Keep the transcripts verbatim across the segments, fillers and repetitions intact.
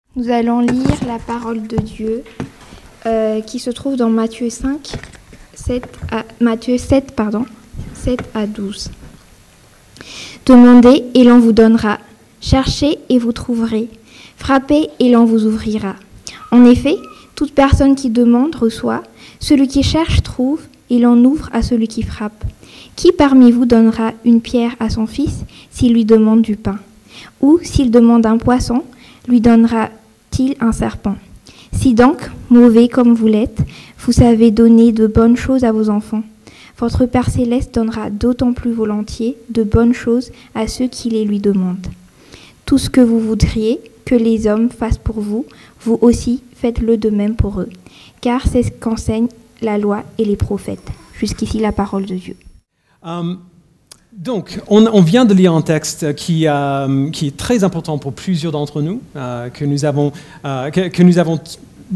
Nous allons lire la parole de Dieu euh, qui se trouve dans Matthieu cinq, sept à, Matthieu sept, pardon, sept à douze. Demandez et l'on vous donnera. Cherchez et vous trouverez. Frappez et l'on vous ouvrira. En effet, toute personne qui demande reçoit. Celui qui cherche trouve et l'on ouvre à celui qui frappe. Qui parmi vous donnera une pierre à son fils s'il lui demande du pain? Ou s'il demande un poisson, lui donnera-t-il un serpent? Si donc, mauvais comme vous l'êtes, vous savez donner de bonnes choses à vos enfants, votre Père céleste donnera d'autant plus volontiers de bonnes choses à ceux qui les lui demandent. Tout ce que vous voudriez que les hommes fassent pour vous, vous aussi faites-le de même pour eux, car c'est ce qu'enseignent la loi et les prophètes. Jusqu'ici la parole de Dieu. Um, donc, on, on vient de lire un texte qui, euh, qui est très important pour plusieurs d'entre nous, euh, que nous avons, euh, que, que nous avons, t-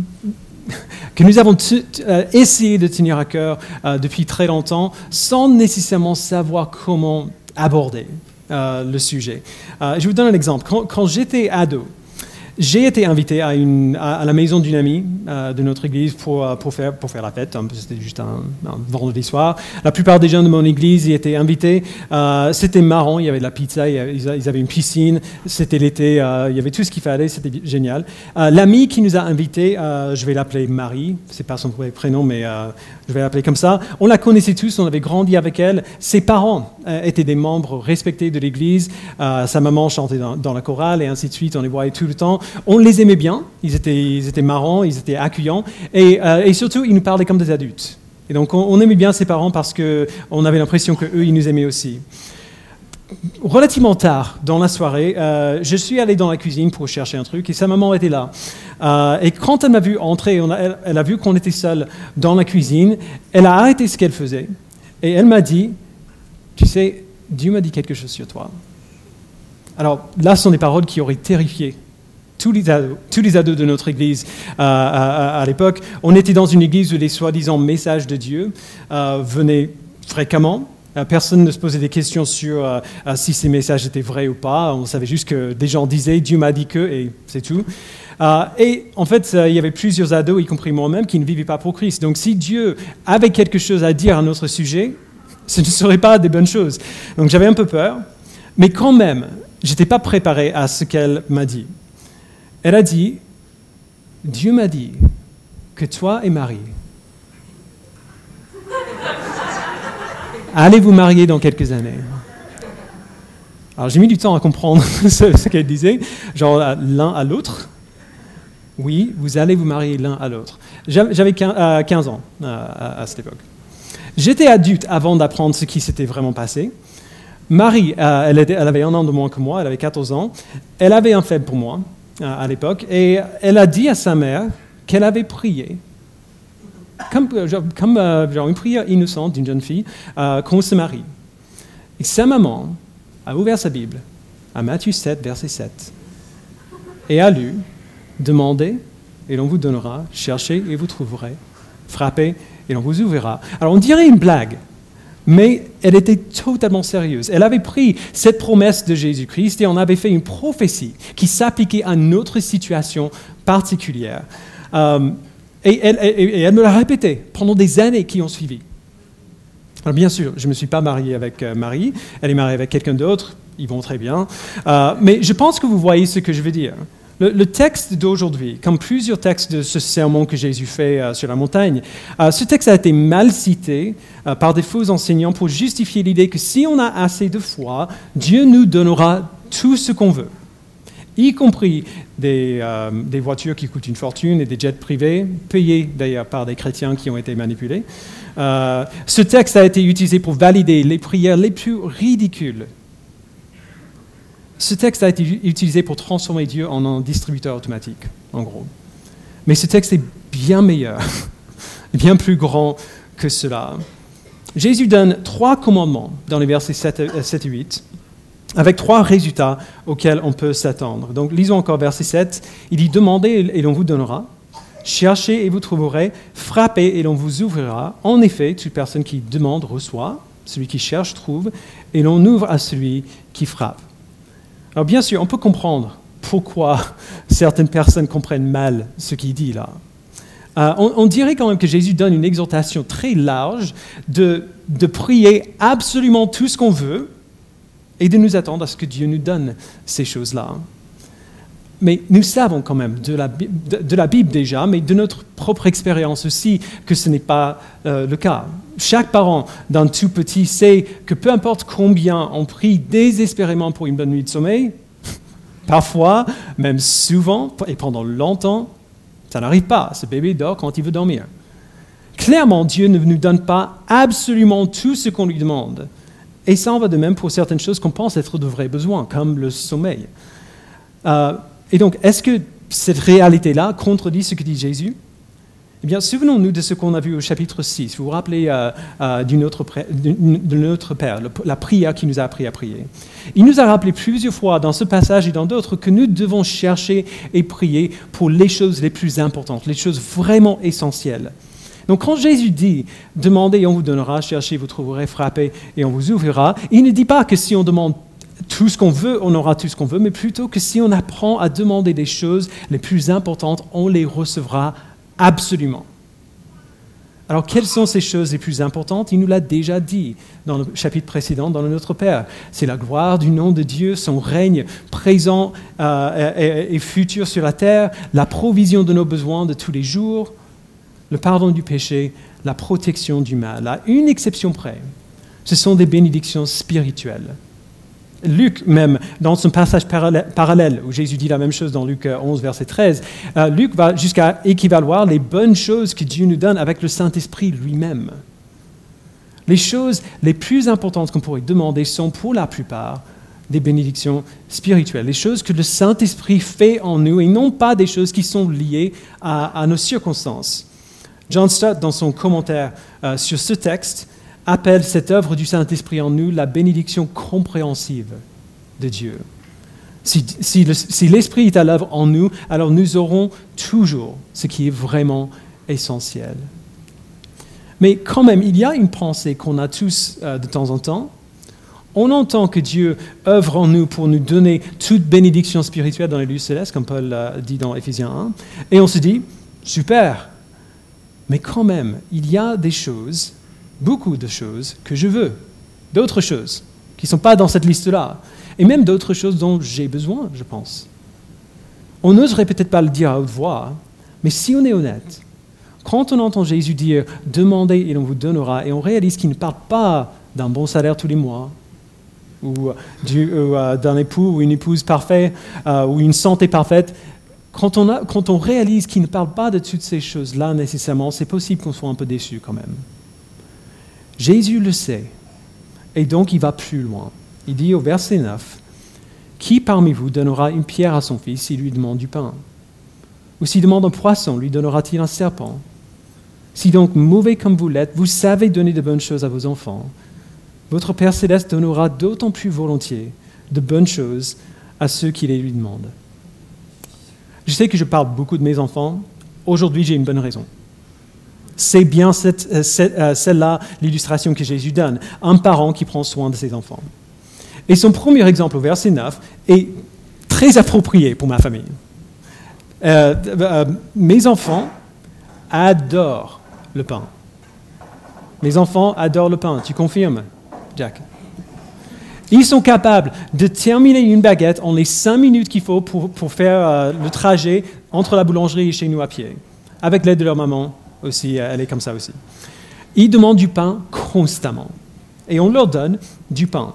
que nous avons t- t- euh, essayé de tenir à cœur euh, depuis très longtemps, sans nécessairement savoir comment aborder euh, le sujet. Euh, je vous donne un exemple. Quand, quand j'étais ado, j'ai été invité à, une, à, à la maison d'une amie euh, de notre église pour, pour, faire, pour faire la fête. C'était juste un, un vendredi soir. La plupart des gens de mon église y étaient invités. Euh, c'était marrant, il y avait de la pizza, il y avait, ils avaient une piscine, c'était l'été, euh, il y avait tout ce qu'il fallait, c'était génial. Euh, l'amie qui nous a invités, euh, je vais l'appeler Marie, c'est pas son vrai prénom, mais euh, je vais l'appeler comme ça. On la connaissait tous, on avait grandi avec elle. Ses parents euh, étaient des membres respectés de l'église. Euh, sa maman chantait dans, dans la chorale et ainsi de suite, on les voyait tout le temps. On les aimait bien, ils étaient, ils étaient marrants, ils étaient accueillants, et, euh, et surtout, ils nous parlaient comme des adultes. Et donc, on, on aimait bien ses parents parce qu'on avait l'impression qu'eux, ils nous aimaient aussi. Relativement tard dans la soirée, euh, je suis allé dans la cuisine pour chercher un truc, et sa maman était là. Euh, et quand elle m'a vu entrer, on a, elle, elle a vu qu'on était seuls dans la cuisine, elle a arrêté ce qu'elle faisait, et elle m'a dit, « Tu sais, Dieu m'a dit quelque chose sur toi. » Alors là, ce sont des paroles qui auraient terrifié Tous les, ados, tous les ados de notre église euh, à, à, à l'époque. On était dans une église où les soi-disant messages de Dieu euh, venaient fréquemment. Euh, personne ne se posait des questions sur euh, euh, si ces messages étaient vrais ou pas. On savait juste que des gens disaient « Dieu m'a dit que » et c'est tout. Euh, et en fait, euh, il y avait plusieurs ados, y compris moi-même, qui ne vivaient pas pour Christ. Donc si Dieu avait quelque chose à dire à notre sujet, ce ne serait pas des bonnes choses. Donc j'avais un peu peur, mais quand même, je n'étais pas préparé à ce qu'elle m'a dit. Elle a dit, « Dieu m'a dit que toi et Marie, allez vous marier dans quelques années. » Alors j'ai mis du temps à comprendre ce, ce qu'elle disait, genre l'un à l'autre. Oui, vous allez vous marier l'un à l'autre. J'avais quinze ans à, à cette époque. J'étais adulte avant d'apprendre ce qui s'était vraiment passé. Marie, elle, était, elle avait un an de moins que moi, elle avait quatorze ans. Elle avait un faible pour moi à l'époque, et elle a dit à sa mère qu'elle avait prié, comme, genre, comme euh, genre une prière innocente d'une jeune fille, euh, qu'on se marie. Et sa maman a ouvert sa Bible à Matthieu sept, verset sept, et a lu « Demandez, et l'on vous donnera, cherchez, et vous trouverez, frappez, et l'on vous ouvrira. » Alors on dirait une blague, mais elle était totalement sérieuse. Elle avait pris cette promesse de Jésus-Christ et on avait fait une prophétie qui s'appliquait à notre situation particulière. Euh, et, elle, et, et elle me l'a répété pendant des années qui ont suivi. Alors bien sûr, je ne me suis pas marié avec euh, Marie, elle est mariée avec quelqu'un d'autre, ils vont très bien. Euh, mais je pense que vous voyez ce que je veux dire. Le, le texte d'aujourd'hui, comme plusieurs textes de ce sermon que Jésus fait euh, sur la montagne, euh, ce texte a été mal cité euh, par des faux enseignants pour justifier l'idée que si on a assez de foi, Dieu nous donnera tout ce qu'on veut, y compris des, euh, des voitures qui coûtent une fortune et des jets privés, payés d'ailleurs par des chrétiens qui ont été manipulés. Euh, ce texte a été utilisé pour valider les prières les plus ridicules. Ce texte a été utilisé pour transformer Dieu en un distributeur automatique, en gros. Mais ce texte est bien meilleur, bien plus grand que cela. Jésus donne trois commandements dans les versets sept et huit, avec trois résultats auxquels on peut s'attendre. Donc, lisons encore verset sept. Il dit « Demandez et l'on vous donnera, cherchez et vous trouverez, frappez et l'on vous ouvrira. En effet, toute personne qui demande reçoit, celui qui cherche trouve, et l'on ouvre à celui qui frappe. » Alors bien sûr, on peut comprendre pourquoi certaines personnes comprennent mal ce qu'il dit là. Euh, on, on dirait quand même que Jésus donne une exhortation très large de, de prier absolument tout ce qu'on veut et de nous attendre à ce que Dieu nous donne ces choses-là. Mais nous savons quand même de la, de, de la Bible déjà, mais de notre propre expérience aussi, que ce n'est pas euh, le cas. Chaque parent d'un tout petit sait que peu importe combien on prie désespérément pour une bonne nuit de sommeil, parfois, même souvent et pendant longtemps, ça n'arrive pas. Ce bébé dort quand il veut dormir. Clairement, Dieu ne nous donne pas absolument tout ce qu'on lui demande. Et ça en va de même pour certaines choses qu'on pense être de vrais besoins, comme le sommeil. Euh, et donc, est-ce que cette réalité-là contredit ce que dit Jésus ? Eh bien, souvenons-nous de ce qu'on a vu au chapitre six. Vous vous rappelez euh, euh, du notre, de notre Père, le, la prière qu'il nous a appris à prier. Il nous a rappelé plusieurs fois dans ce passage et dans d'autres que nous devons chercher et prier pour les choses les plus importantes, les choses vraiment essentielles. Donc quand Jésus dit « Demandez et on vous donnera, cherchez, vous trouverez, frappez et on vous ouvrira », il ne dit pas que si on demande tout ce qu'on veut, on aura tout ce qu'on veut, mais plutôt que si on apprend à demander des choses les plus importantes, on les recevra absolument. Alors, quelles sont ces choses les plus importantes ? Il nous l'a déjà dit dans le chapitre précédent, dans le Notre Père. C'est la gloire du nom de Dieu, son règne présent euh, et, et futur sur la terre, la provision de nos besoins de tous les jours, le pardon du péché, la protection du mal. À une exception près, ce sont des bénédictions spirituelles. Luc, même, dans son passage parallèle, où Jésus dit la même chose dans Luc onze, verset treize, euh, Luc va jusqu'à équivaloir les bonnes choses que Dieu nous donne avec le Saint-Esprit lui-même. Les choses les plus importantes qu'on pourrait demander sont, pour la plupart, des bénédictions spirituelles, les choses que le Saint-Esprit fait en nous et non pas des choses qui sont liées à, à nos circonstances. John Stott, dans son commentaire euh, sur ce texte, appelle cette œuvre du Saint-Esprit en nous la bénédiction compréhensive de Dieu. Si, si, le, si l'Esprit est à l'œuvre en nous, alors nous aurons toujours ce qui est vraiment essentiel. Mais quand même, il y a une pensée qu'on a tous euh, de temps en temps. On entend que Dieu œuvre en nous pour nous donner toute bénédiction spirituelle dans les lieux célestes, comme Paul euh, dit dans Éphésiens un, et on se dit, super, mais quand même, il y a des choses, beaucoup de choses que je veux, d'autres choses qui ne sont pas dans cette liste-là, et même d'autres choses dont j'ai besoin, je pense. On n'oserait peut-être pas le dire à haute voix, mais si on est honnête, quand on entend Jésus dire « Demandez et l'on vous donnera », et on réalise qu'il ne parle pas d'un bon salaire tous les mois, ou, du, ou euh, d'un époux ou une épouse parfaite, euh, ou une santé parfaite, quand on, a, quand on réalise qu'il ne parle pas de toutes ces choses-là nécessairement, c'est possible qu'on soit un peu déçu quand même. Jésus le sait, et donc il va plus loin. Il dit au verset neuf, « Qui parmi vous donnera une pierre à son fils s'il lui demande du pain ? Ou s'il demande un poisson, lui donnera-t-il un serpent ? Si donc, mauvais comme vous l'êtes, vous savez donner de bonnes choses à vos enfants, votre Père céleste donnera d'autant plus volontiers de bonnes choses à ceux qui les lui demandent. » Je sais que je parle beaucoup de mes enfants. Aujourd'hui, j'ai une bonne raison. C'est bien cette, cette, euh, celle-là l'illustration que Jésus donne. Un parent qui prend soin de ses enfants. Et son premier exemple au verset neuf est très approprié pour ma famille. Euh, euh, mes enfants adorent le pain. Mes enfants adorent le pain. Tu confirmes, Jack? Ils sont capables de terminer une baguette en les cinq minutes qu'il faut pour, pour faire euh, le trajet entre la boulangerie et chez nous à pied. Avec l'aide de leur maman aussi, elle est comme ça aussi. Ils demandent du pain constamment. Et on leur donne du pain.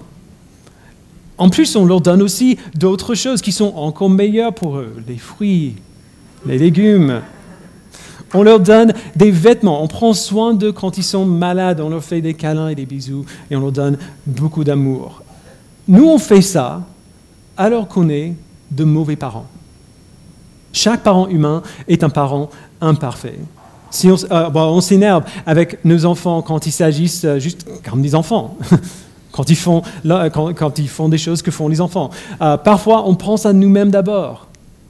En plus, on leur donne aussi d'autres choses qui sont encore meilleures pour eux. Les fruits, les légumes. On leur donne des vêtements. On prend soin d'eux quand ils sont malades. On leur fait des câlins et des bisous. Et on leur donne beaucoup d'amour. Nous, on fait ça alors qu'on est de mauvais parents. Chaque parent humain est un parent imparfait. Si on, euh, bon, on s'énerve avec nos enfants quand il s'agit euh, juste comme des enfants, quand, ils font, là, quand, quand ils font des choses que font les enfants. Euh, parfois, on pense à nous-mêmes d'abord.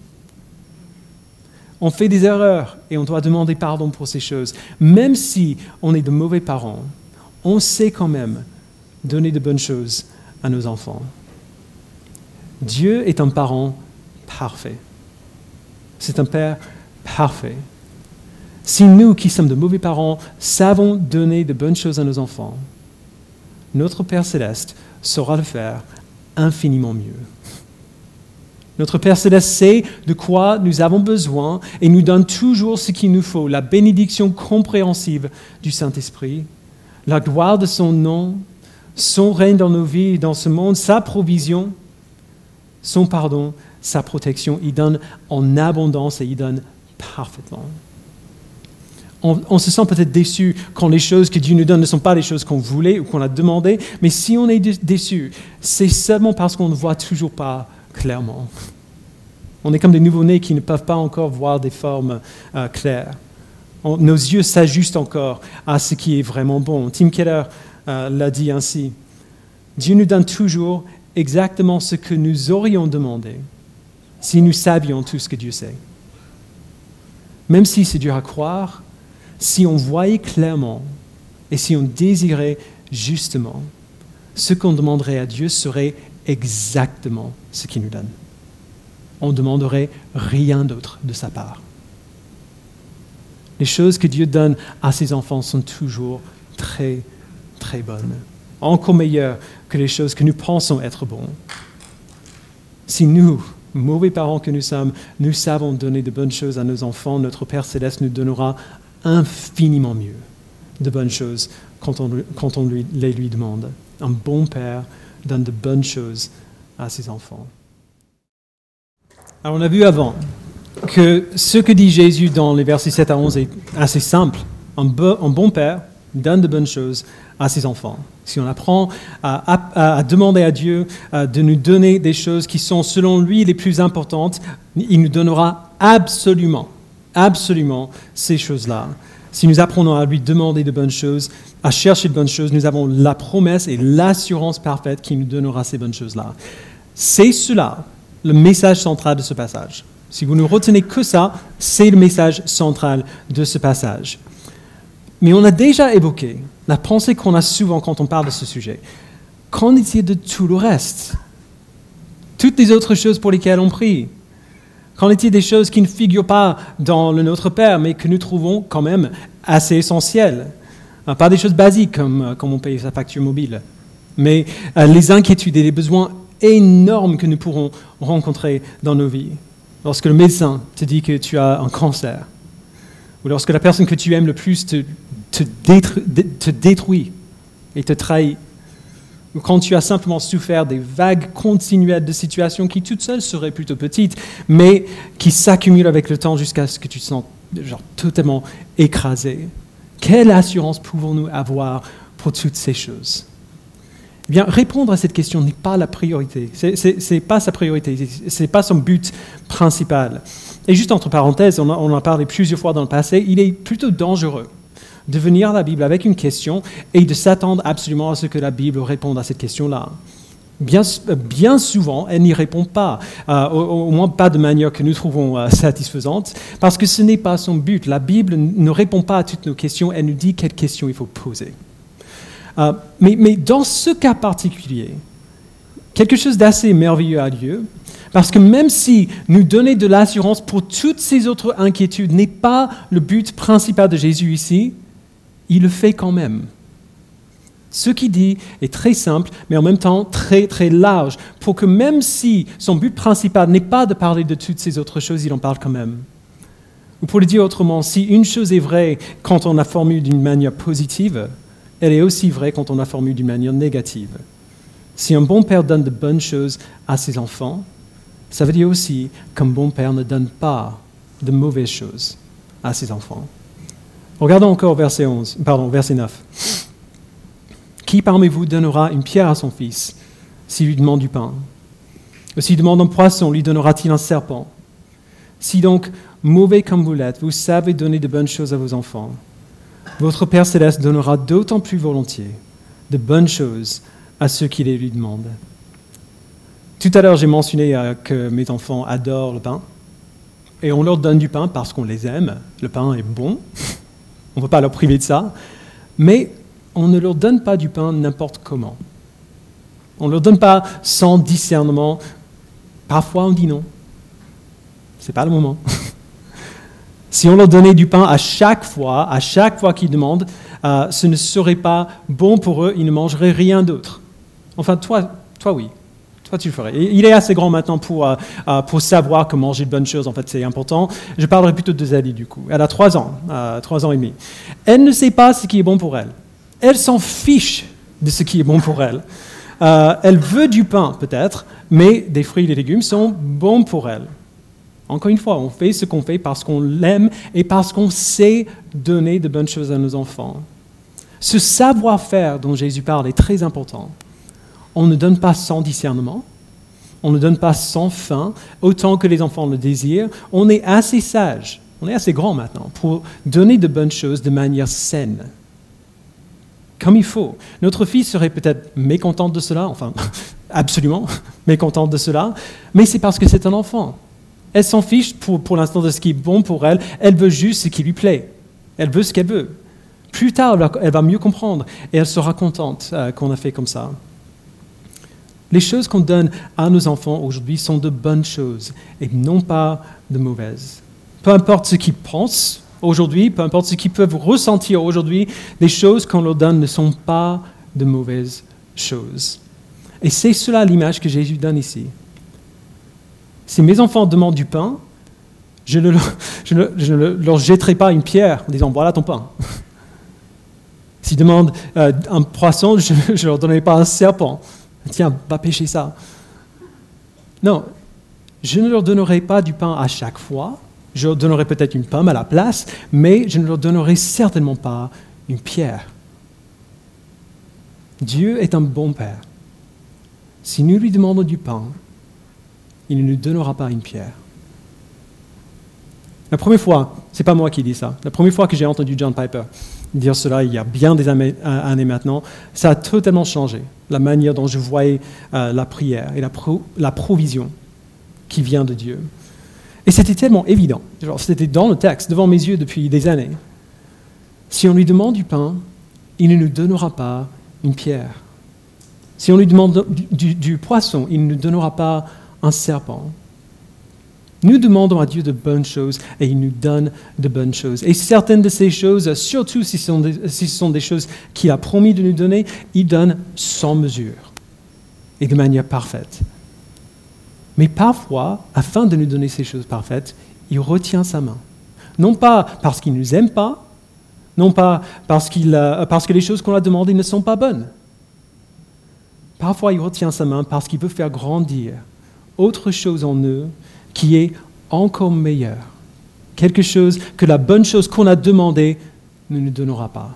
On fait des erreurs et on doit demander pardon pour ces choses. Même si on est de mauvais parents, on sait quand même donner de bonnes choses à nos enfants. Dieu est un parent parfait. C'est un Père parfait. Si nous, qui sommes de mauvais parents, savons donner de bonnes choses à nos enfants, notre Père céleste saura le faire infiniment mieux. Notre Père céleste sait de quoi nous avons besoin et nous donne toujours ce qu'il nous faut, la bénédiction compréhensive du Saint-Esprit, la gloire de son nom, son règne dans nos vies, dans ce monde, sa provision, son pardon, sa protection. Il donne en abondance et il donne parfaitement. On, on se sent peut-être déçu quand les choses que Dieu nous donne ne sont pas les choses qu'on voulait ou qu'on a demandées, mais si on est déçu, c'est seulement parce qu'on ne voit toujours pas clairement. On est comme des nouveau-nés qui ne peuvent pas encore voir des formes euh, claires. On, nos yeux s'ajustent encore à ce qui est vraiment bon. Tim Keller euh, l'a dit ainsi. Dieu nous donne toujours exactement ce que nous aurions demandé si nous savions tout ce que Dieu sait. Même si c'est dur à croire, si on voyait clairement et si on désirait justement, ce qu'on demanderait à Dieu serait exactement ce qu'il nous donne. On ne demanderait rien d'autre de sa part. Les choses que Dieu donne à ses enfants sont toujours très, très bonnes. Encore meilleures que les choses que nous pensons être bonnes. Si nous, mauvais parents que nous sommes, nous savons donner de bonnes choses à nos enfants, notre Père céleste nous donnera infiniment mieux de bonnes choses quand on, quand on lui, les lui demande. Un bon Père donne de bonnes choses à ses enfants. Alors on a vu avant que ce que dit Jésus dans les versets sept à onze est assez simple. Un, bo- un bon Père donne de bonnes choses à ses enfants. Si on apprend à, à, à demander à Dieu à, de nous donner des choses qui sont selon lui les plus importantes, il nous donnera absolument, absolument ces choses-là. Si nous apprenons à lui demander de bonnes choses, à chercher de bonnes choses, nous avons la promesse et l'assurance parfaite qu'il nous donnera ces bonnes choses-là. C'est cela, le message central de ce passage. Si vous ne retenez que ça, c'est le message central de ce passage. Mais on a déjà évoqué la pensée qu'on a souvent quand on parle de ce sujet. Qu'en est-il de tout le reste? Toutes les autres choses pour lesquelles on prie. Qu'en est-il des choses qui ne figurent pas dans le Notre Père, mais que nous trouvons quand même assez essentielles? Pas des choses basiques comme comment on paye sa facture mobile, mais les inquiétudes et les besoins énormes que nous pourrons rencontrer dans nos vies. Lorsque le médecin te dit que tu as un cancer, ou lorsque la personne que tu aimes le plus te, te, détruit, te détruit et te trahit, ou quand tu as simplement souffert des vagues continuelles de situations qui toutes seules seraient plutôt petites, mais qui s'accumulent avec le temps jusqu'à ce que tu te sens genre, totalement écrasé. Quelle assurance pouvons-nous avoir pour toutes ces choses? Eh bien, répondre à cette question n'est pas la priorité. C'est, c'est, c'est pas sa priorité. C'est pas son but principal. Et juste entre parenthèses, on, a, on en a parlé plusieurs fois dans le passé, il est plutôt dangereux de venir à la Bible avec une question et de s'attendre absolument à ce que la Bible réponde à cette question-là. Bien, bien souvent, elle n'y répond pas, euh, au, au moins pas de manière que nous trouvons euh, satisfaisante, parce que ce n'est pas son but. La Bible ne répond pas à toutes nos questions, elle nous dit quelles questions il faut poser. Euh, mais, mais dans ce cas particulier, quelque chose d'assez merveilleux a lieu, parce que même si nous donner de l'assurance pour toutes ces autres inquiétudes n'est pas le but principal de Jésus ici, il le fait quand même. Ce qu'il dit est très simple, mais en même temps très très large, pour que même si son but principal n'est pas de parler de toutes ces autres choses, il en parle quand même. Ou pour le dire autrement, si une chose est vraie quand on la formule d'une manière positive, elle est aussi vraie quand on la formule d'une manière négative. Si un bon père donne de bonnes choses à ses enfants, ça veut dire aussi qu'un bon père ne donne pas de mauvaises choses à ses enfants. Regardons encore verset onze, pardon, verset neuf. Qui parmi vous donnera une pierre à son fils s'il lui demande du pain? Ou s'il demande un poisson, lui donnera-t-il un serpent? Si donc, mauvais comme vous l'êtes, vous savez donner de bonnes choses à vos enfants, votre Père céleste donnera d'autant plus volontiers de bonnes choses à ceux qui les lui demandent. Tout à l'heure, j'ai mentionné euh, que mes enfants adorent le pain, et on leur donne du pain parce qu'on les aime. Le pain est bon, on ne peut pas leur priver de ça, mais on ne leur donne pas du pain n'importe comment. On ne leur donne pas sans discernement. Parfois, on dit non. Ce n'est pas le moment. Si on leur donnait du pain à chaque fois, à chaque fois qu'ils demandent, euh, ce ne serait pas bon pour eux, ils ne mangeraient rien d'autre. Enfin, toi, toi oui. Toi, tu le ferais. Et il est assez grand maintenant pour, euh, euh, pour savoir que manger de bonnes choses, en fait, c'est important. Je parlerai plutôt de Zadie, du coup. Elle a trois ans, euh, trois ans et demi. Elle ne sait pas ce qui est bon pour elle. Elle s'en fiche de ce qui est bon pour elle. Euh, elle veut du pain, peut-être, mais des fruits et des légumes sont bons pour elle. Encore une fois, on fait ce qu'on fait parce qu'on l'aime et parce qu'on sait donner de bonnes choses à nos enfants. Ce savoir-faire dont Jésus parle est très important. On ne donne pas sans discernement, on ne donne pas sans faim, autant que les enfants le désirent. On est assez sage, on est assez grand maintenant pour donner de bonnes choses de manière saine, comme il faut. Notre fille serait peut-être mécontente de cela, enfin, absolument mécontente de cela, mais c'est parce que c'est un enfant. Elle s'en fiche pour, pour l'instant de ce qui est bon pour elle, elle veut juste ce qui lui plaît. Elle veut ce qu'elle veut. Plus tard, elle va mieux comprendre et elle sera contente euh, qu'on a fait comme ça. Les choses qu'on donne à nos enfants aujourd'hui sont de bonnes choses et non pas de mauvaises. Peu importe ce qu'ils pensent aujourd'hui, peu importe ce qu'ils peuvent ressentir aujourd'hui, les choses qu'on leur donne ne sont pas de mauvaises choses. Et c'est cela l'image que Jésus donne ici. Si mes enfants demandent du pain, je ne, leur, je, ne, je ne leur jetterai pas une pierre en disant « voilà ton pain ». S'ils demandent euh, un poisson, je ne leur donnerai pas un serpent. « Tiens, va pêcher ça ». Non, je ne leur donnerai pas du pain à chaque fois. Je leur donnerai peut-être une pomme à la place, mais je ne leur donnerai certainement pas une pierre. Dieu est un bon Père. Si nous lui demandons du pain, il ne nous donnera pas une pierre. La première fois, ce n'est pas moi qui dis ça, la première fois que j'ai entendu John Piper dire cela, il y a bien des années maintenant, ça a totalement changé, la manière dont je voyais euh, la prière et la, pro, la provision qui vient de Dieu. Et c'était tellement évident, genre, c'était dans le texte, devant mes yeux depuis des années. Si on lui demande du pain, il ne nous donnera pas une pierre. Si on lui demande du, du, du poisson, il ne nous donnera pas un serpent. Nous demandons à Dieu de bonnes choses et il nous donne de bonnes choses. Et certaines de ces choses, surtout si ce sont des, si ce sont des choses qu'il a promis de nous donner, il donne sans mesure et de manière parfaite. Mais parfois, afin de nous donner ces choses parfaites, il retient sa main. Non pas parce qu'il ne nous aime pas, non pas parce, qu'il a, parce que les choses qu'on a demandées ne sont pas bonnes. Parfois, il retient sa main parce qu'il veut faire grandir autre chose en eux qui est encore meilleur. Quelque chose que la bonne chose qu'on a demandée ne nous donnera pas.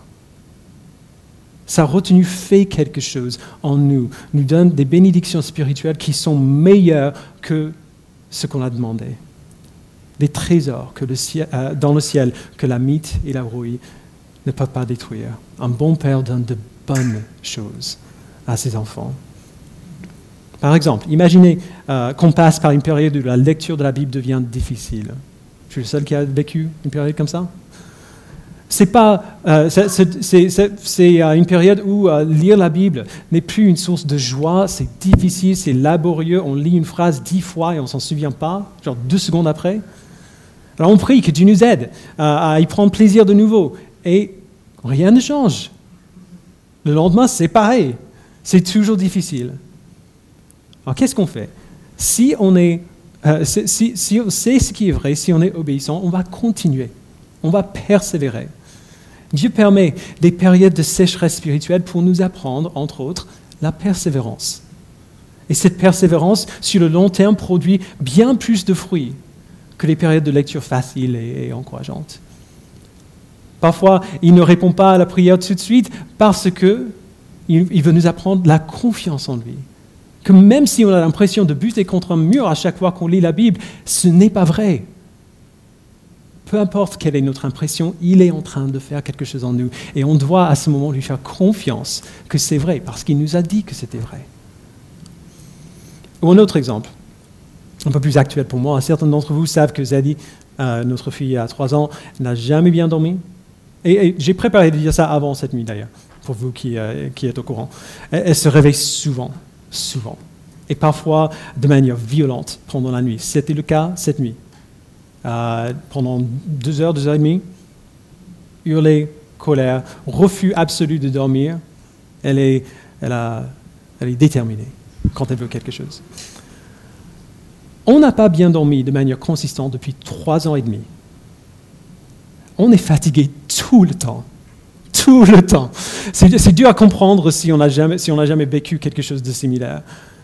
Sa retenue fait quelque chose en nous, nous donne des bénédictions spirituelles qui sont meilleures que ce qu'on a demandé. Des trésors que le ciel, euh, dans le ciel que la mythe et la rouille ne peuvent pas détruire. Un bon père donne de bonnes choses à ses enfants. Par exemple, imaginez euh, qu'on passe par une période où la lecture de la Bible devient difficile. Je suis le seul qui a vécu une période comme ça. C'est pas, euh, c'est, c'est, c'est, c'est, c'est une période où euh, lire la Bible n'est plus une source de joie, c'est difficile, c'est laborieux, on lit une phrase dix fois et on ne s'en souvient pas, genre deux secondes après. Alors on prie que Dieu nous aide euh, à y prendre plaisir de nouveau. Et rien ne change. Le lendemain, c'est pareil. C'est toujours difficile. Alors qu'est-ce qu'on fait ? Si on est, euh, si, si on sait ce qui est vrai, si on est obéissant, on va continuer, on va persévérer. Dieu permet des périodes de sécheresse spirituelle pour nous apprendre, entre autres, la persévérance. Et cette persévérance, sur le long terme, produit bien plus de fruits que les périodes de lecture faciles et, et encourageantes. Parfois, il ne répond pas à la prière tout de suite parce qu'il il veut nous apprendre la confiance en lui. Que même si on a l'impression de buter contre un mur à chaque fois qu'on lit la Bible, ce n'est pas vrai. Peu importe quelle est notre impression, il est en train de faire quelque chose en nous. Et on doit à ce moment lui faire confiance que c'est vrai, parce qu'il nous a dit que c'était vrai. Ou un autre exemple, un peu plus actuel pour moi. Certains d'entre vous savent que Zadie, euh, notre fille à trois ans, n'a jamais bien dormi. Et, et j'ai préparé de dire ça avant cette nuit d'ailleurs, pour vous qui, euh, qui êtes au courant. Elle, elle se réveille souvent. Souvent, et parfois de manière violente pendant la nuit. C'était le cas cette nuit. euh, pendant deux heures, deux heures et demie, hurler, colère, refus absolu de dormir. Elle est, elle a, elle est déterminée quand elle veut quelque chose. On n'a pas bien dormi de manière consistante depuis trois ans et demi. On est fatigué tout le temps. Tout le temps. C'est, c'est dur à comprendre si on n'a jamais, si on n'a jamais vécu quelque chose de similaire.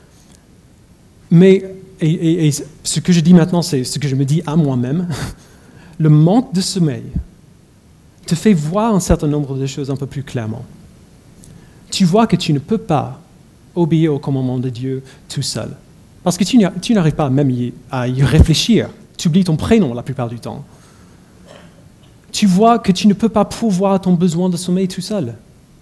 Mais et, et, et ce que je dis maintenant, c'est ce que je me dis à moi-même. Le manque de sommeil te fait voir un certain nombre de choses un peu plus clairement. Tu vois que tu ne peux pas obéir au commandement de Dieu tout seul. Parce que tu, tu n'arrives pas même y, à y réfléchir. Tu oublies ton prénom la plupart du temps. Tu vois que tu ne peux pas pourvoir à ton besoin de sommeil tout seul.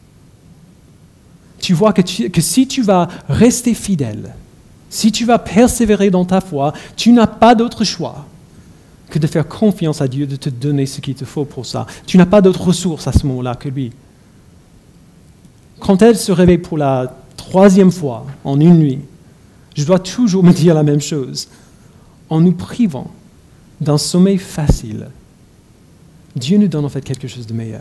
Tu vois que, tu, que si tu vas rester fidèle, si tu vas persévérer dans ta foi, tu n'as pas d'autre choix que de faire confiance à Dieu, de te donner ce qu'il te faut pour ça. Tu n'as pas d'autre ressource à ce moment-là que lui. Quand elle se réveille pour la troisième fois en une nuit, je dois toujours me dire la même chose. En nous privant d'un sommeil facile, Dieu nous donne en fait quelque chose de meilleur.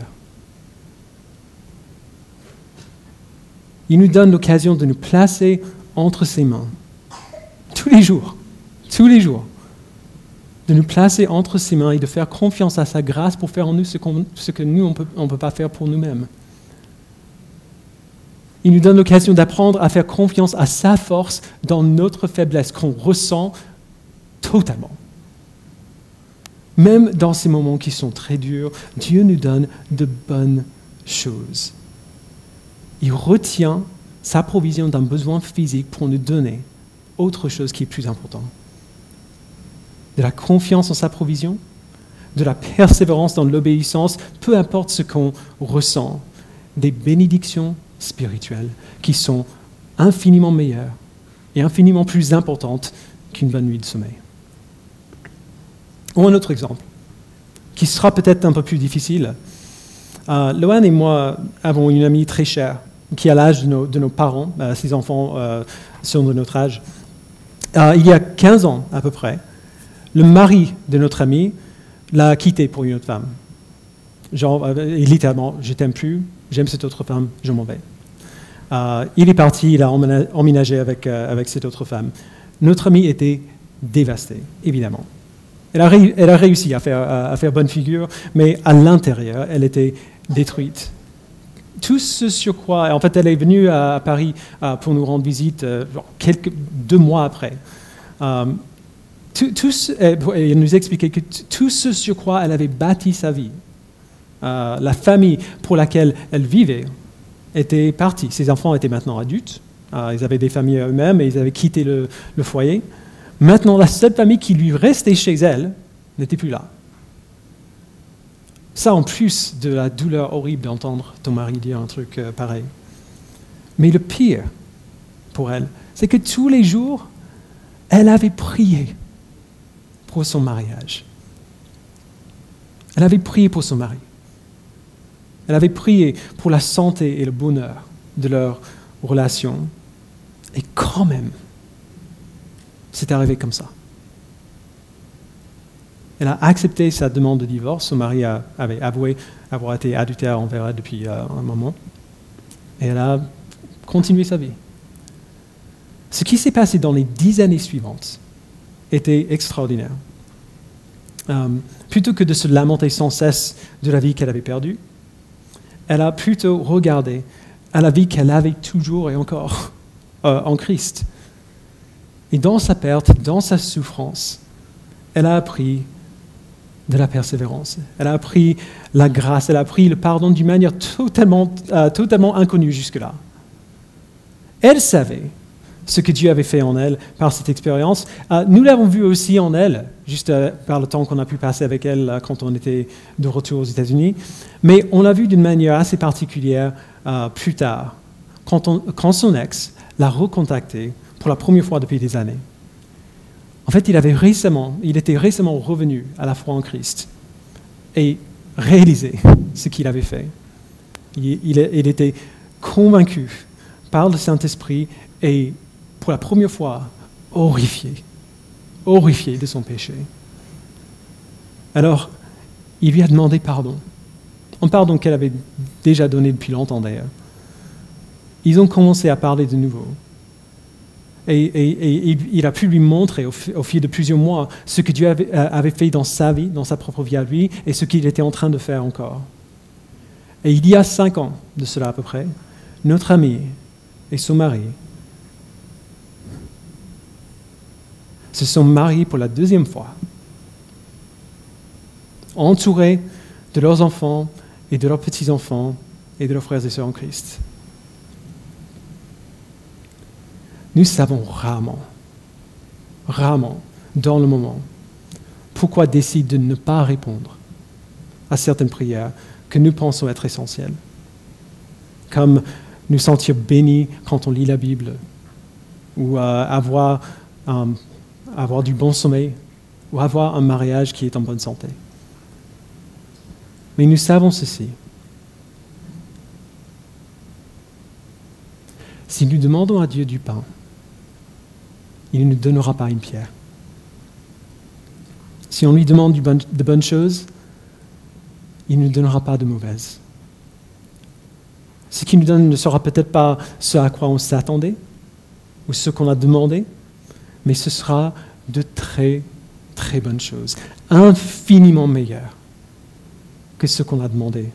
Il nous donne l'occasion de nous placer entre ses mains, tous les jours, tous les jours, de nous placer entre ses mains et de faire confiance à sa grâce pour faire en nous ce, qu'on, ce que nous, on peut, on ne peut pas faire pour nous-mêmes. Il nous donne l'occasion d'apprendre à faire confiance à sa force dans notre faiblesse qu'on ressent totalement. Même dans ces moments qui sont très durs, Dieu nous donne de bonnes choses. Il retient sa provision d'un besoin physique pour nous donner autre chose qui est plus important. De la confiance en sa provision, de la persévérance dans l'obéissance, peu importe ce qu'on ressent, des bénédictions spirituelles qui sont infiniment meilleures et infiniment plus importantes qu'une bonne nuit de sommeil. Ou un autre exemple, qui sera peut-être un peu plus difficile. Euh, Loan et moi avons une amie très chère, qui a l'âge de nos, de nos parents, euh, ses enfants euh, sont de notre âge. Euh, il y a quinze ans à peu près, le mari de notre amie l'a quittée pour une autre femme. Genre, euh, littéralement, je t'aime plus, j'aime cette autre femme, je m'en vais. Euh, il est parti, il a emménagé avec, euh, avec cette autre femme. Notre amie était dévastée, évidemment. Elle a, ré, elle a réussi à faire, à, à faire bonne figure, mais à l'intérieur, elle était détruite. Tout ce sur quoi, en fait, elle est venue à, à Paris euh, pour nous rendre visite euh, quelques, deux mois après. Euh, tout, tout ce, et elle nous expliquait que t- tout ce sur quoi elle avait bâti sa vie, euh, la famille pour laquelle elle vivait, était partie. Ses enfants étaient maintenant adultes, euh, ils avaient des familles eux-mêmes et ils avaient quitté le, le foyer. Maintenant, la seule famille qui lui restait chez elle n'était plus là. Ça, en plus de la douleur horrible d'entendre ton mari dire un truc euh, pareil. Mais le pire pour elle, c'est que tous les jours, elle avait prié pour son mariage. Elle avait prié pour son mari. Elle avait prié pour la santé et le bonheur de leur relation. Et quand même, c'est arrivé comme ça. Elle a accepté sa demande de divorce. Son mari a, avait avoué avoir été adultère envers elle depuis euh, un moment. Et elle a continué sa vie. Ce qui s'est passé dans les dix années suivantes était extraordinaire. Euh, plutôt que de se lamenter sans cesse de la vie qu'elle avait perdue, elle a plutôt regardé à la vie qu'elle avait toujours et encore euh, en Christ. Et dans sa perte, dans sa souffrance, elle a appris de la persévérance. Elle a appris la grâce, elle a appris le pardon d'une manière totalement, euh, totalement inconnue jusque-là. Elle savait ce que Dieu avait fait en elle par cette expérience. Euh, nous l'avons vu aussi en elle, juste euh, par le temps qu'on a pu passer avec elle euh, quand on était de retour aux États-Unis. Mais on l'a vu d'une manière assez particulière euh, plus tard, quand, on, quand son ex l'a recontacté pour la première fois depuis des années. En fait, il avait récemment, il était récemment revenu à la foi en Christ et réalisé ce qu'il avait fait. Il, il, il était convaincu par le Saint-Esprit et pour la première fois horrifié, horrifié de son péché. Alors, il lui a demandé pardon. Un pardon qu'elle avait déjà donné depuis longtemps d'ailleurs. Ils ont commencé à parler de nouveau. Et, et, et il a pu lui montrer au, au fil de plusieurs mois ce que Dieu avait, avait fait dans sa vie, dans sa propre vie à lui, et ce qu'il était en train de faire encore. Et il y a cinq ans de cela à peu près, notre amie et son mari se sont mariés pour la deuxième fois, entourés de leurs enfants et de leurs petits-enfants et de leurs frères et sœurs en Christ. Nous savons rarement, rarement, dans le moment, pourquoi décide de ne pas répondre à certaines prières que nous pensons être essentielles, comme nous sentir bénis quand on lit la Bible, ou euh, avoir, euh, avoir du bon sommeil, ou avoir un mariage qui est en bonne santé. Mais nous savons ceci. Si nous demandons à Dieu du pain, il ne nous donnera pas une pierre. Si on lui demande du bon, de bonnes choses, il ne nous donnera pas de mauvaises. Ce qu'il nous donne ne sera peut-être pas ce à quoi on s'attendait, ou ce qu'on a demandé, mais ce sera de très, très bonnes choses, infiniment meilleures que ce qu'on a demandé.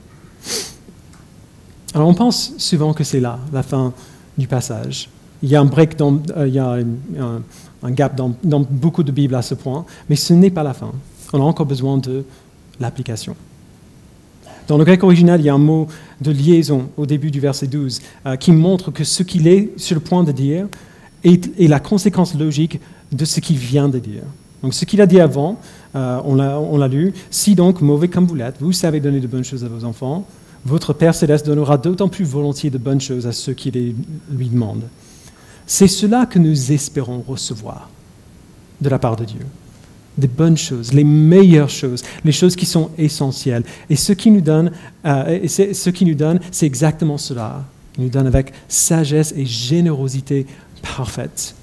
Alors on pense souvent que c'est là, la fin du passage. Il y a un break, dans, euh, il y a un, un, un gap dans, dans beaucoup de Bibles à ce point, mais ce n'est pas la fin. On a encore besoin de l'application. Dans le grec original, il y a un mot de liaison au début du verset douze euh, qui montre que ce qu'il est sur le point de dire est, est la conséquence logique de ce qu'il vient de dire. Donc ce qu'il a dit avant, euh, on, l'a, on l'a lu, « Si donc, mauvais comme vous l'êtes, vous savez donner de bonnes choses à vos enfants, votre Père Céleste donnera d'autant plus volontiers de bonnes choses à ceux qui les lui demandent. » C'est cela que nous espérons recevoir de la part de Dieu. Des bonnes choses, les meilleures choses, les choses qui sont essentielles. Et ce qu'il nous donne, euh, et c'est, ce qu'il nous donne, c'est exactement cela. Il nous donne avec sagesse et générosité parfaite.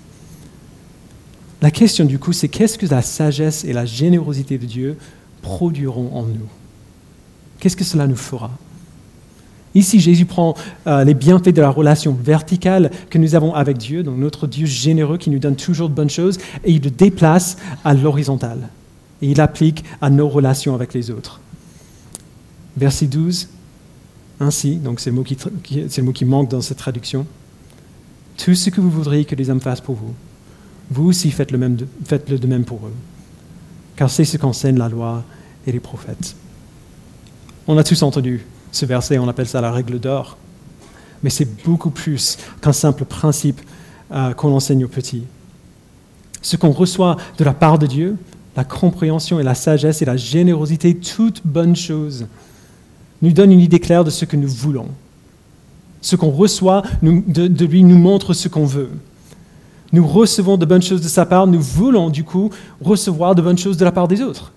La question du coup, c'est qu'est-ce que la sagesse et la générosité de Dieu produiront en nous? Qu'est-ce que cela nous fera? Ici, Jésus prend euh, les bienfaits de la relation verticale que nous avons avec Dieu, donc notre Dieu généreux qui nous donne toujours de bonnes choses, et il le déplace à l'horizontale. Et il l'applique à nos relations avec les autres. Verset douze, ainsi, donc c'est le mot qui, c'est le mot qui manque dans cette traduction. Tout ce que vous voudriez que les hommes fassent pour vous, vous aussi faites le même de, faites-le de même pour eux. Car c'est ce qu'enseignent la loi et les prophètes. On a tous entendu ce verset, on appelle ça la règle d'or. Mais c'est beaucoup plus qu'un simple principe euh, qu'on enseigne aux petits. Ce qu'on reçoit de la part de Dieu, la compréhension et la sagesse et la générosité, toutes bonnes choses, nous donne une idée claire de ce que nous voulons. Ce qu'on reçoit nous, de, de lui nous montre ce qu'on veut. Nous recevons de bonnes choses de sa part, nous voulons du coup recevoir de bonnes choses de la part des autres.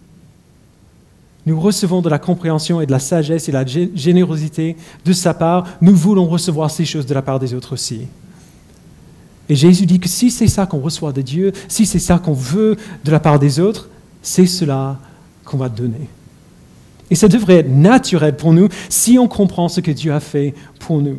Nous recevons de la compréhension et de la sagesse et de la générosité de sa part. Nous voulons recevoir ces choses de la part des autres aussi. Et Jésus dit que si c'est ça qu'on reçoit de Dieu, si c'est ça qu'on veut de la part des autres, c'est cela qu'on va donner. Et ça devrait être naturel pour nous si on comprend ce que Dieu a fait pour nous.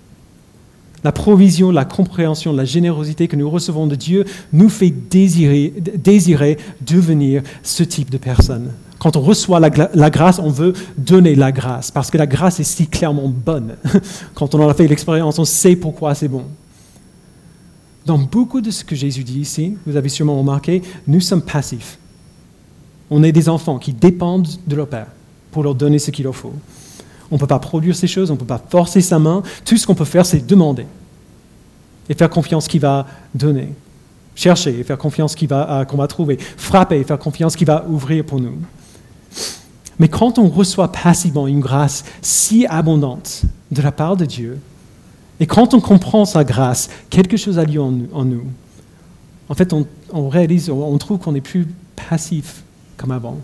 La provision, la compréhension, la générosité que nous recevons de Dieu nous fait désirer, désirer devenir ce type de personne. Quand on reçoit la, la grâce, on veut donner la grâce, parce que la grâce est si clairement bonne. Quand on en a fait l'expérience, on sait pourquoi c'est bon. Dans beaucoup de ce que Jésus dit ici, vous avez sûrement remarqué, nous sommes passifs. On est des enfants qui dépendent de leur Père pour leur donner ce qu'il leur faut. On ne peut pas produire ces choses, on ne peut pas forcer sa main. Tout ce qu'on peut faire, c'est demander et faire confiance qu'il va donner. Chercher et faire confiance qu'il va, euh, qu'on va trouver. Frapper et faire confiance qu'il va ouvrir pour nous. Mais quand on reçoit passivement une grâce si abondante de la part de Dieu, et quand on comprend sa grâce, quelque chose a lieu en nous. En, nous. en fait, on, on réalise, on, on trouve qu'on n'est plus passif comme avant.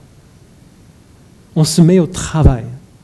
On se met au travail,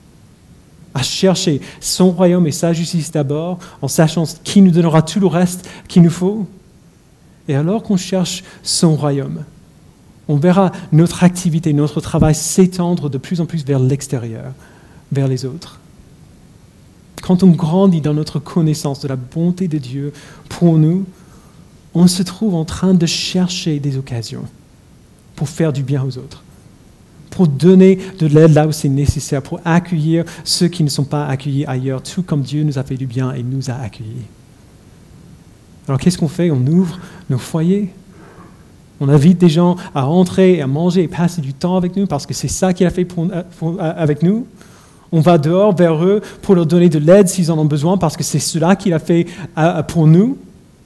à chercher son royaume et sa justice d'abord, en sachant qui nous donnera tout le reste qu'il nous faut. Et alors qu'on cherche son royaume, On verra notre activité, notre travail s'étendre de plus en plus vers l'extérieur, vers les autres. Quand on grandit dans notre connaissance de la bonté de Dieu pour nous, on se trouve en train de chercher des occasions pour faire du bien aux autres, pour donner de l'aide là où c'est nécessaire, pour accueillir ceux qui ne sont pas accueillis ailleurs, tout comme Dieu nous a fait du bien et nous a accueillis. Alors qu'est-ce qu'on fait? On ouvre nos foyers. On invite des gens à rentrer, à manger et passer du temps avec nous parce que c'est ça qu'il a fait pour, pour, avec nous. On va dehors vers eux pour leur donner de l'aide s'ils en ont besoin parce que c'est cela qu'il a fait pour nous.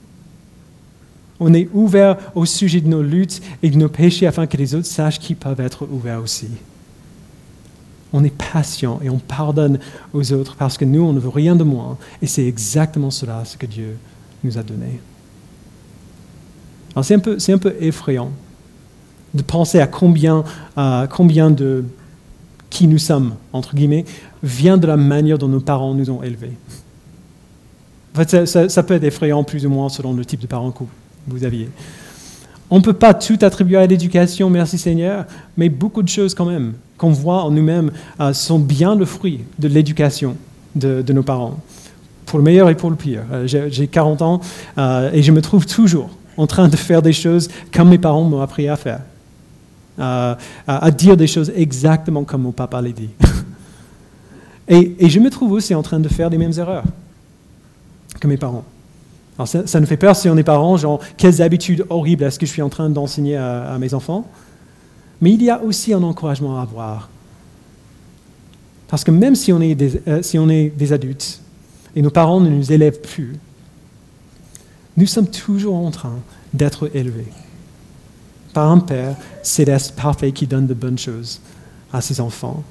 On est ouvert au sujet de nos luttes et de nos péchés afin que les autres sachent qu'ils peuvent être ouverts aussi. On est patient et on pardonne aux autres parce que nous, on ne veut rien de moins. Et c'est exactement cela ce que Dieu nous a donné. Alors c'est un peu, c'est un peu effrayant de penser à combien, à combien de qui nous sommes, entre guillemets, vient de la manière dont nos parents nous ont élevés. En fait, ça, ça, ça peut être effrayant plus ou moins selon le type de parents que vous aviez. On ne peut pas tout attribuer à l'éducation, merci Seigneur, mais beaucoup de choses quand même qu'on voit en nous-mêmes euh, sont bien le fruit de l'éducation de, de nos parents, pour le meilleur et pour le pire. Euh, j'ai, j'ai quarante ans euh, et je me trouve toujours en train de faire des choses comme mes parents m'ont appris à faire, euh, à, à dire des choses exactement comme mon papa les dit. et, et je me trouve aussi en train de faire les mêmes erreurs que mes parents. Alors ça, ça nous fait peur si on est parents, genre, quelles habitudes horribles est-ce que je suis en train d'enseigner à, à mes enfants? Mais il y a aussi un encouragement à avoir. Parce que même si on est des, euh, si on est des adultes et nos parents ne nous élèvent plus, nous sommes toujours en train d'être élevés par un Père céleste parfait qui donne de bonnes choses à ses enfants.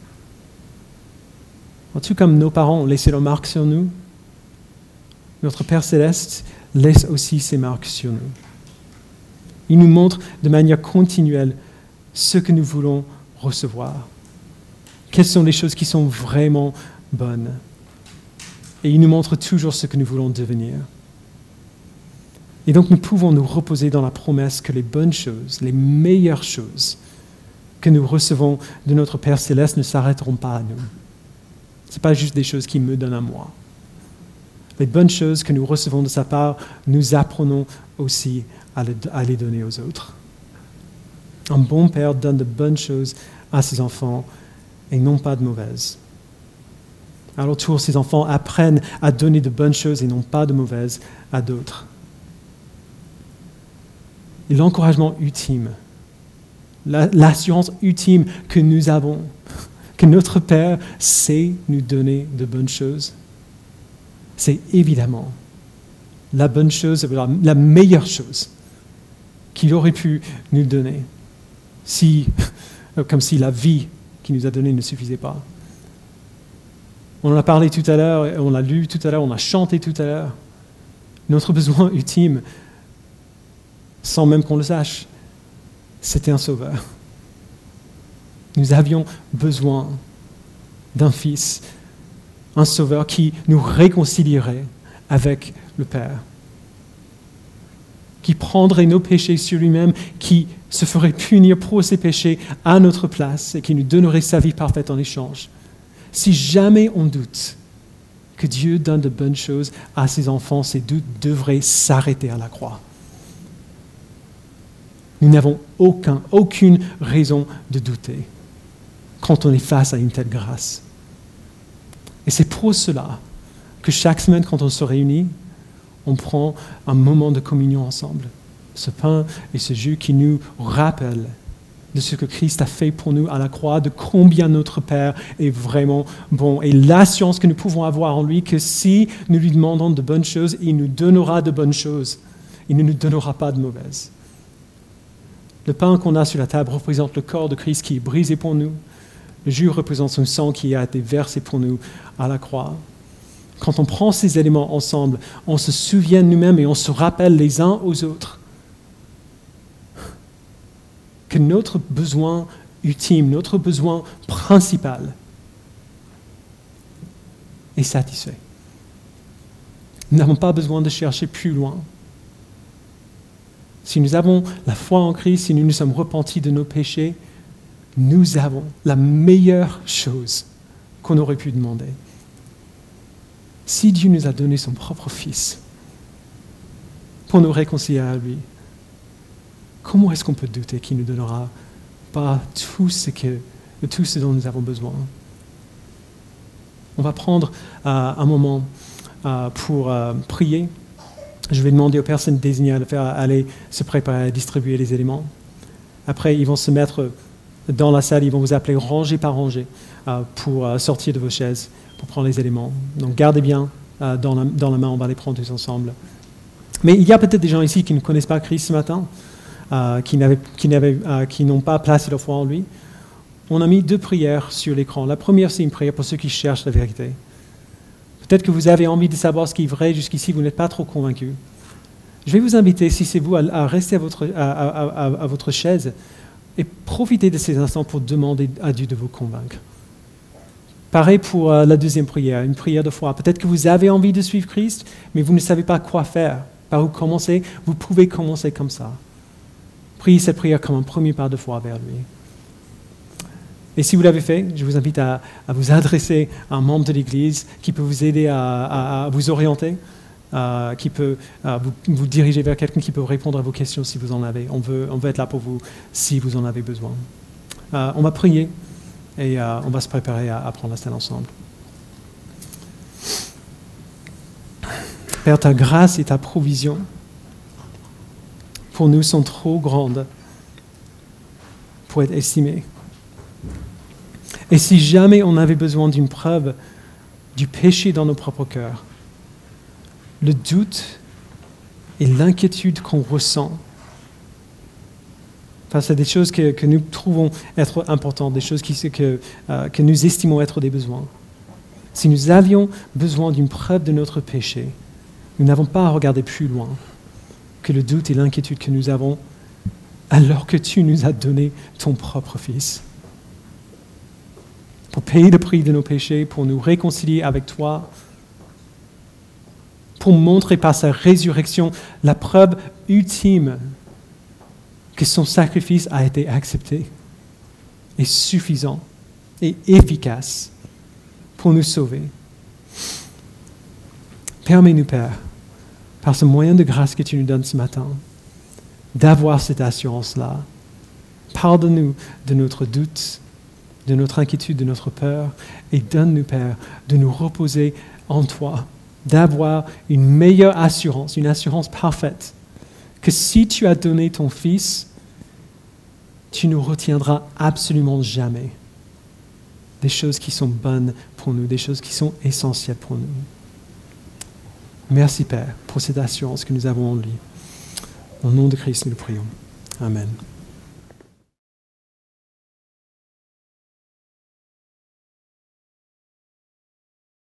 Tout comme nos parents ont laissé leur marque sur nous, notre Père céleste laisse aussi ses marques sur nous. Il nous montre de manière continuelle ce que nous voulons recevoir. Quelles sont les choses qui sont vraiment bonnes. Et il nous montre toujours ce que nous voulons devenir. Et donc nous pouvons nous reposer dans la promesse que les bonnes choses, les meilleures choses que nous recevons de notre Père céleste ne s'arrêteront pas à nous. Ce n'est pas juste des choses qu'il me donne à moi. Les bonnes choses que nous recevons de sa part, nous apprenons aussi à les, à les donner aux autres. Un bon père donne de bonnes choses à ses enfants et non pas de mauvaises. À leur tour, ses enfants apprennent à donner de bonnes choses et non pas de mauvaises à d'autres. Et l'encouragement ultime, la, l'assurance ultime que nous avons, que notre Père sait nous donner de bonnes choses, c'est évidemment la bonne chose, la, la meilleure chose qu'il aurait pu nous donner, si, comme si la vie qu'il nous a donnée ne suffisait pas. On en a parlé tout à l'heure, on l'a lu tout à l'heure, on a chanté tout à l'heure. Notre besoin ultime, sans même qu'on le sache, c'était un sauveur. Nous avions besoin d'un fils, un sauveur qui nous réconcilierait avec le Père, qui prendrait nos péchés sur lui-même, qui se ferait punir pour ses péchés à notre place et qui nous donnerait sa vie parfaite en échange. Si jamais on doute que Dieu donne de bonnes choses à ses enfants, ces doutes devraient s'arrêter à la croix. Nous n'avons aucun, aucune raison de douter quand on est face à une telle grâce. Et c'est pour cela que chaque semaine, quand on se réunit, on prend un moment de communion ensemble. Ce pain et ce jus qui nous rappellent de ce que Christ a fait pour nous à la croix, de combien notre Père est vraiment bon. Et l'assurance que nous pouvons avoir en lui, que si nous lui demandons de bonnes choses, il nous donnera de bonnes choses. Il ne nous donnera pas de mauvaises. Le pain qu'on a sur la table représente le corps de Christ qui est brisé pour nous. Le jus représente son sang qui a été versé pour nous à la croix. Quand on prend ces éléments ensemble, on se souvient de nous-mêmes et on se rappelle les uns aux autres que notre besoin ultime, notre besoin principal est satisfait. Nous n'avons pas besoin de chercher plus loin. Si nous avons la foi en Christ, si nous nous sommes repentis de nos péchés, nous avons la meilleure chose qu'on aurait pu demander. Si Dieu nous a donné son propre Fils pour nous réconcilier à lui, comment est-ce qu'on peut douter qu'il ne nous donnera pas tout ce, que, tout ce dont nous avons besoin? On va prendre euh, un moment euh, pour euh, prier. Je vais demander aux personnes désignées à le faire aller se préparer à distribuer les éléments. Après, ils vont se mettre dans la salle, ils vont vous appeler rangée par rangée euh, pour euh, sortir de vos chaises, pour prendre les éléments. Donc gardez bien euh, dans, la, dans la main, on va les prendre tous ensemble. Mais il y a peut-être des gens ici qui ne connaissent pas Christ ce matin, euh, qui, n'avaient, qui, n'avaient, euh, qui n'ont pas placé leur foi en lui. On a mis deux prières sur l'écran. La première, c'est une prière pour ceux qui cherchent la vérité. Peut-être que vous avez envie de savoir ce qui est vrai jusqu'ici, vous n'êtes pas trop convaincu. Je vais vous inviter, si c'est vous, à, à rester à votre, à, à, à, à votre chaise et profiter de ces instants pour demander à Dieu de vous convaincre. Pareil pour euh, la deuxième prière, une prière de foi. Peut-être que vous avez envie de suivre Christ, mais vous ne savez pas quoi faire, par où commencer. Vous pouvez commencer comme ça. Priez cette prière comme un premier pas de foi vers lui. Et si vous l'avez fait, je vous invite à, à vous adresser à un membre de l'Église qui peut vous aider à, à, à vous orienter, euh, qui peut euh, vous, vous diriger vers quelqu'un qui peut répondre à vos questions si vous en avez. On veut, on veut être là pour vous si vous en avez besoin. Euh, on va prier et euh, on va se préparer à, à prendre la scène ensemble. Père, ta grâce et ta provision pour nous sont trop grandes pour être estimées. Et si jamais on avait besoin d'une preuve du péché dans nos propres cœurs, le doute et l'inquiétude qu'on ressent face à des choses que, que nous trouvons être importantes, des choses qui, que, euh, que nous estimons être des besoins, si nous avions besoin d'une preuve de notre péché, nous n'avons pas à regarder plus loin que le doute et l'inquiétude que nous avons alors que tu nous as donné ton propre Fils. Pour payer le prix de nos péchés, pour nous réconcilier avec toi, pour montrer par sa résurrection la preuve ultime que son sacrifice a été accepté et suffisant et efficace pour nous sauver. Permets-nous, Père, par ce moyen de grâce que tu nous donnes ce matin, d'avoir cette assurance-là. Pardonne-nous de notre doute, de notre inquiétude, de notre peur, et donne-nous, Père, de nous reposer en toi, d'avoir une meilleure assurance, une assurance parfaite, que si tu as donné ton Fils, tu ne retiendras absolument jamais des choses qui sont bonnes pour nous, des choses qui sont essentielles pour nous. Merci, Père, pour cette assurance que nous avons en lui. Au nom de Christ, nous le prions. Amen.